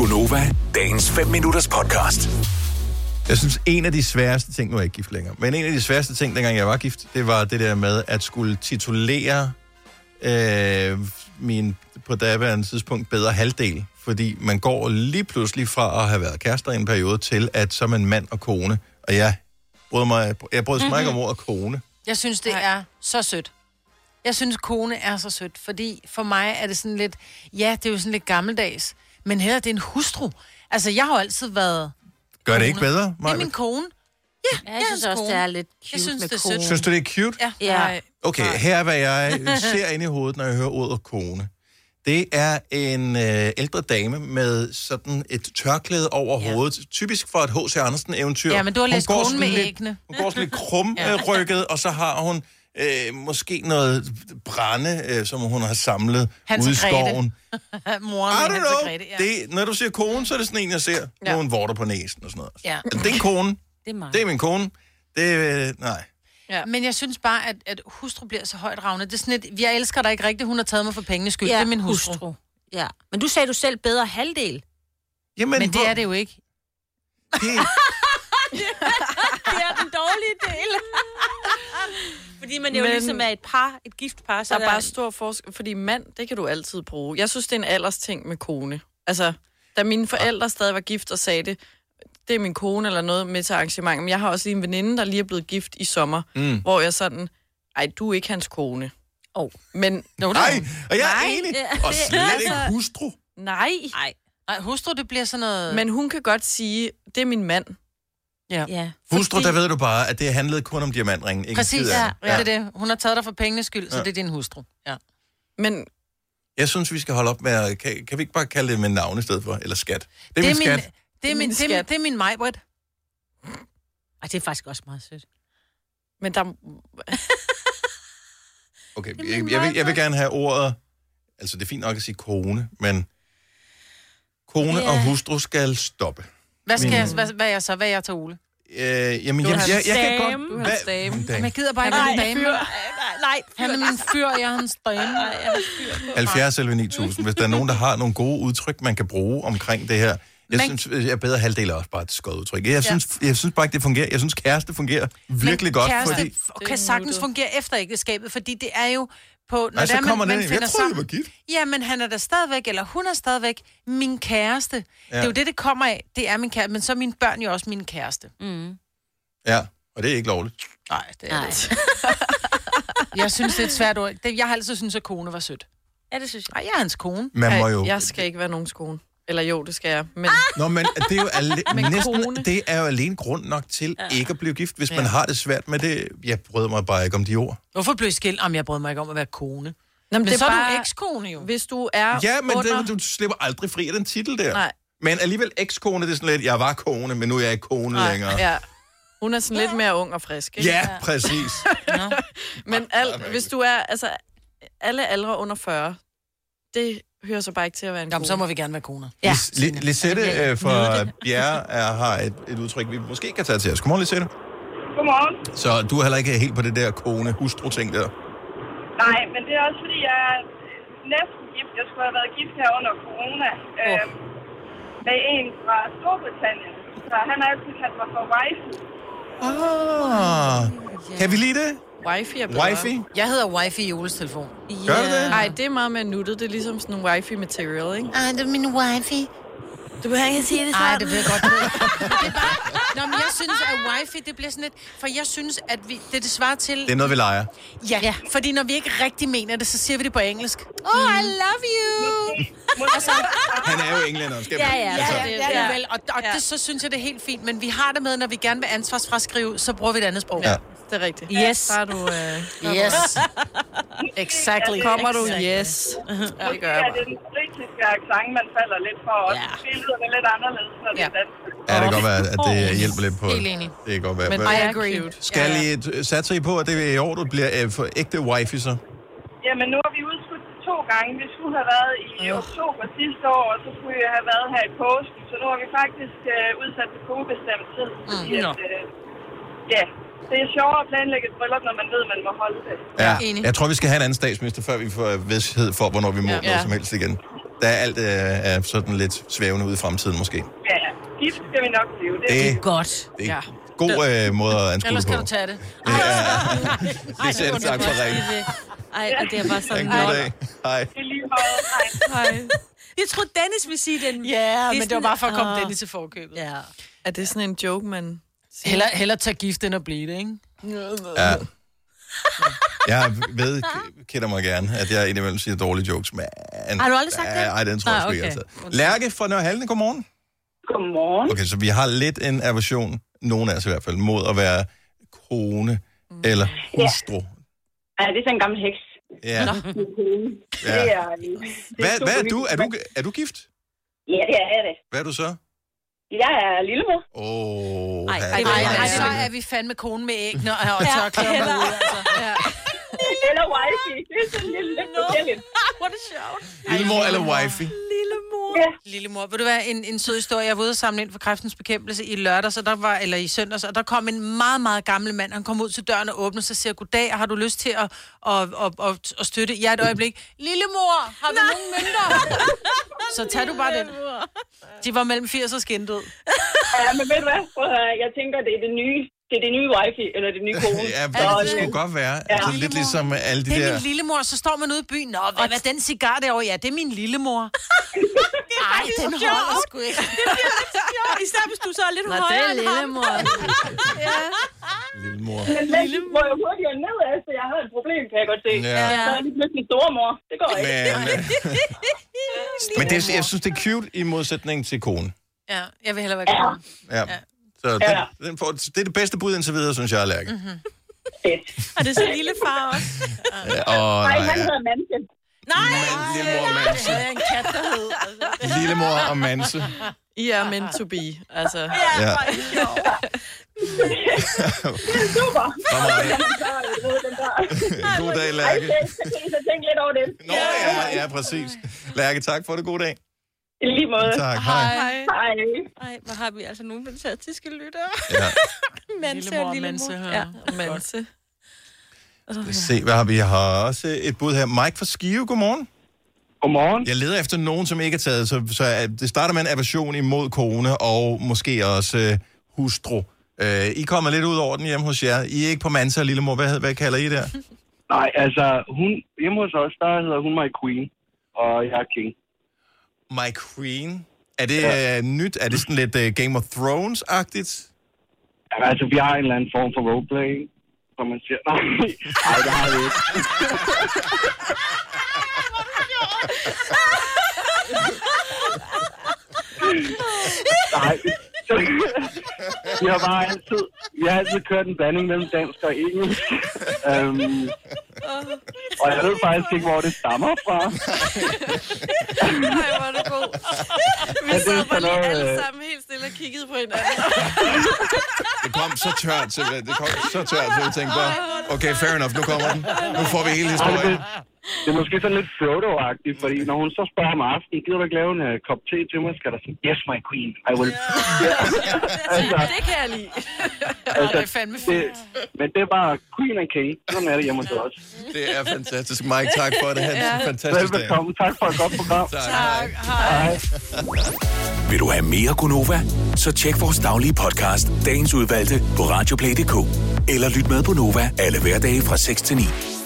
Gonova, dagens 5 minutters podcast. Jeg synes, en af de sværeste ting, nu er jeg ikke gift længere, men en af de sværeste ting, dengang jeg var gift, det var det der med at skulle titulere min på daværende tidspunkt bedre halvdel. Fordi man går lige pludselig fra at have været kærester i en periode til, at så er man mand og kone. Og jeg brød mig ikke om ordet kone. Jeg synes, det er så sødt. Jeg synes, kone er så sødt, fordi for mig er det sådan lidt, ja, det er jo sådan lidt gammeldags, men her det er en hustru. Altså, jeg har jo altid været Gør kone. det ikke bedre, Maja? Det er min kone. Ja, jeg synes også, det er lidt cute. Jeg synes, med det er kone. sødt. Synes du, det er cute? Ja. Okay, her er, hvad jeg ser inde i hovedet, når jeg hører ordet kone. Det er en ældre dame med sådan et tørklæde over hovedet. Typisk for et H.C. Andersen-eventyr. Ja, men du har læst Konen med æggene. Hun går sådan lidt krumrykket, og så har hun måske noget brænde, som hun har samlet ude i skoven. Moren med Hans og Grete, ja. Når du siger kone, så er det sådan en, jeg ser. Nogle vorter på næsen og sådan noget. Ja. Det er en kone. Det er min kone. Nej. Ja. Men jeg synes bare, at hustru bliver så højt ravnet. Det er sådan et, jeg elsker dig ikke rigtigt, hun har taget mig for pengenes skyld. Ja, det er min hustru. Ja, men du sagde du selv bedre halvdel. Jamen, men det er det jo ikke. Det er den dårlige del. Fordi man jo ligesom er et gift par. Så der er bare stor forskel, fordi mand, det kan du altid bruge. Jeg synes, det er en aldersting med kone. Altså, da mine forældre stadig var gift og sagde det er min kone eller noget med til arrangement. Men jeg har også lige en veninde, der lige er blevet gift i sommer, hvor jeg sådan, du er ikke hans kone. Men... Nej, og jeg er enig. Og slet ikke hustru. Nej, hustru, det bliver sådan noget... Men hun kan godt sige, det er min mand. Ja. Hustru, der ved du bare, at det handlede kun om diamantringen. Ikke præcis, ja. Det er det. Hun har taget dig for pengenes skyld, så det er din hustru. Ja. Men... Jeg synes, vi skal holde op med at... Kan vi ikke bare kalde det med navn i stedet for? Eller skat? Det er min skat. Det er min Majbrit. Det er faktisk også meget sødt. Men der... Okay, jeg vil gerne have ordet... Altså, det er fint nok at sige kone, men... Kone og hustru skal stoppe. Hvad er jeg så? Hvad er jeg til Ole? Jamen, jeg kan godt... Du er hans dame. Men jeg gider bare ikke en dame. Nej, han er min fyr, jeg er hans dame. 70 eller 9000. Hvis der er nogen, der har nogle gode udtryk, man kan bruge omkring det her. Jeg synes, jeg bedre halvdel er også bare et skødt udtryk. Jeg synes bare ikke, det fungerer. Jeg synes, kæreste fungerer virkelig godt. Kæreste kan sagtens fungere efter ægteskabet, fordi det er jo på... Når så kommer man finder sammen. Jeg var gift. Ja, men han er der stadigvæk, eller hun er stadigvæk min kæreste. Ja. Det er jo det kommer af. Det er min kæreste, men så er mine børn jo også min kæreste. Mm. Ja, og det er ikke lovligt. Nej, det er det. Jeg synes, det er et svært ord. Jeg har altid syntes, at kone var sødt. Ja, det synes jeg. Nej, jeg er hans kone. Jeg skal ikke være nogens kone. Eller jo, det skal jeg. Men... Nå, men det er jo næsten, det er jo alene grund nok til ikke at blive gift, hvis man har det svært med det. Jeg bryder mig bare ikke om de ord. Hvorfor blev I skilt? Jeg bryder mig ikke om at være kone. Nå, men det er så bare... er du ekskone jo. Hvis du er ja, men du slipper aldrig fri af den titel der. Nej. Men alligevel ekskone, det er sådan lidt, jeg var kone, men nu er jeg ikke kone længere. Ja. Hun er sådan lidt mere ung og frisk, ikke? Ja, præcis. Men hvis du er, altså, alle aldre under 40, det hører så bare ikke til at være en kone. Så må vi gerne være koner. Ja. Lisette fra Bjerre har et udtryk, vi måske kan tage til os. Godmorgen, Lisette. Godmorgen. Så du er heller ikke helt på det der kone-hustru-ting der? Nej, men det er også fordi, jeg er næsten gift. Jeg skulle have været gift her under corona med en fra Storbritannien. Så han har altid kaldt mig for wife. Kan vi lide det? Wifi er bedre. Wifi? Jeg hedder wifi i Jules telefon. Gør du det? Nej, det er meget mere nuttet. Det er ligesom sådan en wifi material, ikke? Det er min wifi. Du behøver ikke sige det sådan. Nej, det ved jeg godt. Det er bare... Nå, men jeg synes, at wifi, det bliver sådan lidt... For jeg synes, at det svarer til... Det er noget, vi leger. Ja, fordi når vi ikke rigtig mener det, så siger vi det på engelsk. I love you! Han er jo englænder, skal Ja, vel. Og det, så synes jeg, det er helt fint. Men vi har det med, når vi gerne vil ansvarsfraskrive, så bruger vi et andet sprog. Ja. Det er rigtigt. Yes. Der er du... Yes. Exactly. Kommer du? Yes. Det gør jeg. Det er den britiske accent, man falder lidt for. Og det lyder lidt anderledes, når det er dansk. Ja, det kan godt være, at det hjælper lidt på. Helt enig. Det kan godt være. Men I agree. Skal I satse I på, at det i år, du bliver for ægte wifi så? Jamen, nu har vi udskudt 2 gange. Vi skulle have været i oktober sidste år, og så skulle vi have været her i påsken. Så nu har vi faktisk udsat det på ubestemt tid. Fordi det er sjovere at planlægge et bryllup, når man ved, man må holde det. Ja, jeg tror, vi skal have en anden statsminister, før vi får vidshed for, hvornår vi må noget som helst igen. Der er alt er sådan lidt svævende ude i fremtiden, måske. Ja, gift skal vi nok blive. Det er Godt. Det er god måde at anskue Ellers på. kan du tage det. Det er tak for ringen. Ej, og det er bare sådan... En god dag. Hej. Det er lige meget. Hej. Jeg troede, Dennis ville sige den. Ja, men det var bare for at komme Dennis til forkøbet. Ja. Er det sådan en joke, man siger? Hellere tage gift, end at blive det, ikke? Ja. Jeg ved, kender mig gerne, at jeg indimellem siger dårlige jokes, men... Har du aldrig sagt det? Nej, den tror jeg sgu ikke, jeg har taget. Lærke fra Nørre Halden, godmorgen. Godmorgen. Okay, så vi har lidt en aversion, nogen af os i hvert fald, mod at være kone eller hustru. Ja, det er sådan en gammel heks. Ja. Ja. Det er, Hvad er du? Er du gift? Ja, det er det. Hvad er du så? Jeg er lillemor. Ej, så er vi fandme kone med æggene og tørklæder med ud, altså. Ja. Eller wifey. Det er sådan lidt forskelligt. Hvor er det sjovt. Lillemor eller wifey? Ja. Lillemor, vil du være en sød historie? Jeg var ude og samle ind for Kræftens Bekæmpelse i lørdags, eller i søndags, og der kom en meget, meget gammel mand. Han kom ud til døren og åbnede, så siger, goddag, har du lyst til at støtte? Ja, et øjeblik. Lillemor, har vi nogen mønter? Så tag du bare den. De var mellem 80 og skindød. Ja, men ved du hvad? Jeg tænker, det er det nye. Det er det nye wifi, eller det nye kone. Ja, det skulle godt være. Ja. Altså, lidt ligesom alle de Det er der... min lillemor, så står man ude i byen. Nå, hvad er den cigar derovre? Ja, det er min lillemor. Ej, den holder sgu ikke. Især hvis du så er lidt Nå, det højere er end ham. lillemor. Lillemor. Men hvor jeg hurtigere nedad, så jeg har et problem, kan jeg godt se. Ja. Så er det pludselig stormor. Det går ikke. Men det, jeg synes, det er cute i modsætning til kone. Ja, jeg vil hellere være kone. Ja. Så det er det bedste bud indtil videre, synes jeg, Lærke. Fedt. Og det er så lille far også. Nej, han hedder Mansen. Lillemor og Manse. Det er en kat, der hed. Lillemor og Manse. I er meant to be, altså. Ja. Super. God dag, Lærke. Så tænk lidt over det. Nå, ja, præcis. Lærke, tak for det. God dag. I lige måde. Tak, hej. Hej. Ej, hvor har vi altså nogle fantastiske lyttere. Ja. Manse og Manse. lillemor. Ja. Manse. Lad os se, hvad har vi? Jeg har også et bud her. Mike fra Skive, godmorgen. Godmorgen. Jeg leder efter nogen, som ikke er taget, så det starter med en aversion imod kone og måske også hustru. I kommer lidt ud over den hjemme hos jer. I er ikke på Manse og Lillemor. Hvad kalder I der? Nej, altså, hjemme hos os, der hedder hun My Queen, og jeg er King. My Queen. Er det nyt? Er det sådan lidt Game of Thrones-agtigt? Ja, altså, vi har en eller anden form for roleplay, som man siger. Nej, det har vi ikke. Nej, vi har altid kørt en blanding mellem dansk og engelsk. Og jeg ved faktisk ikke, hvor det stammer fra. Nej, hvor er det god. Vi sad bare lige alle sammen helt stille og kiggede på hinanden. Det kom så tørt, simpelthen. Så jeg tænkte bare, okay, fair enough, nu kommer den. Nu får vi hele historien. Det er måske sådan lidt Frodo-agtigt, fordi når hun så spørger om aftenen, gider du ikke lave en kop te til mig, skal der sige, yes, my queen, I will. Altså, det kan jeg lide. Det er fandme fint. Men det er bare queen and king. Sådan er det hjemme hos os. Det er fantastisk. Mike, tak for det. Ha' en fantastisk dag. Velbekomme. Tak for et godt program. Tak. Hej. Vil du have mere Gunova? Så tjek vores daglige podcast, dagens udvalgte, på radioplay.dk. Eller lyt med på Nova alle hverdage fra 6 til 9.